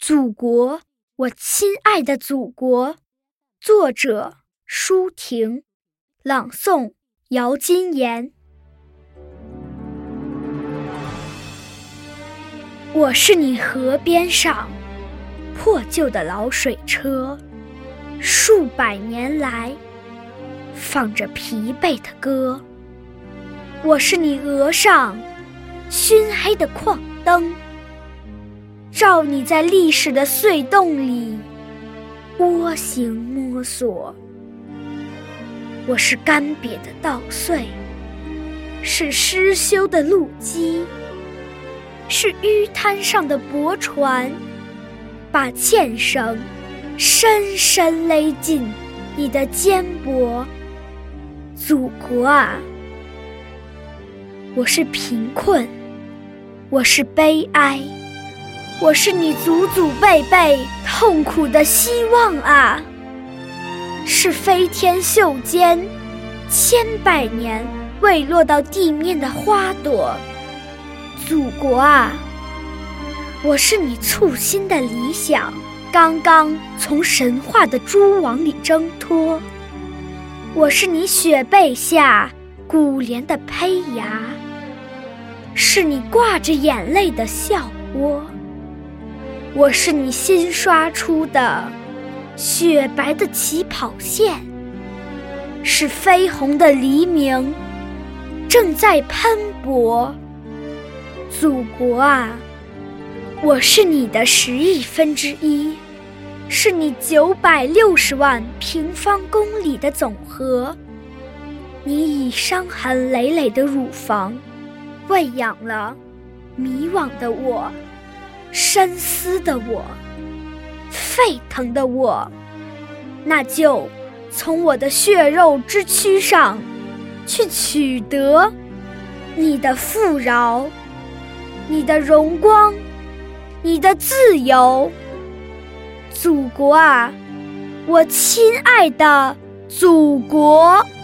祖国，我亲爱的祖国。作者：舒婷，朗诵：姚金言。我是你河边上破旧的老水车，数百年来放着疲惫的歌。我是你额上熏黑的矿灯，照你在历史的隧洞里蜗行摸索。我是干瘪的稻穗，是失修的路基，是淤滩上的驳船，把纤绳深深勒进你的肩膊。祖国啊，我是贫困，我是悲哀，我是你祖祖辈辈痛苦的希望啊，是飞天袖间千百年未落到地面的花朵。祖国啊，我是你簇新的理想，刚刚从神话的蛛网里挣脱。我是你雪背下古莲的胚芽，是你挂着眼泪的笑窝。我是你新刷出的雪白的起跑线，是绯红的黎明正在喷薄。祖国啊，我是你的10亿分之一，是你960万平方公里的总和。你以伤痕累累的乳房喂养了迷惘的我，深思的我，沸腾的我。那就从我的血肉之躯上去取得你的富饶，你的荣光，你的自由。祖国啊，我亲爱的祖国。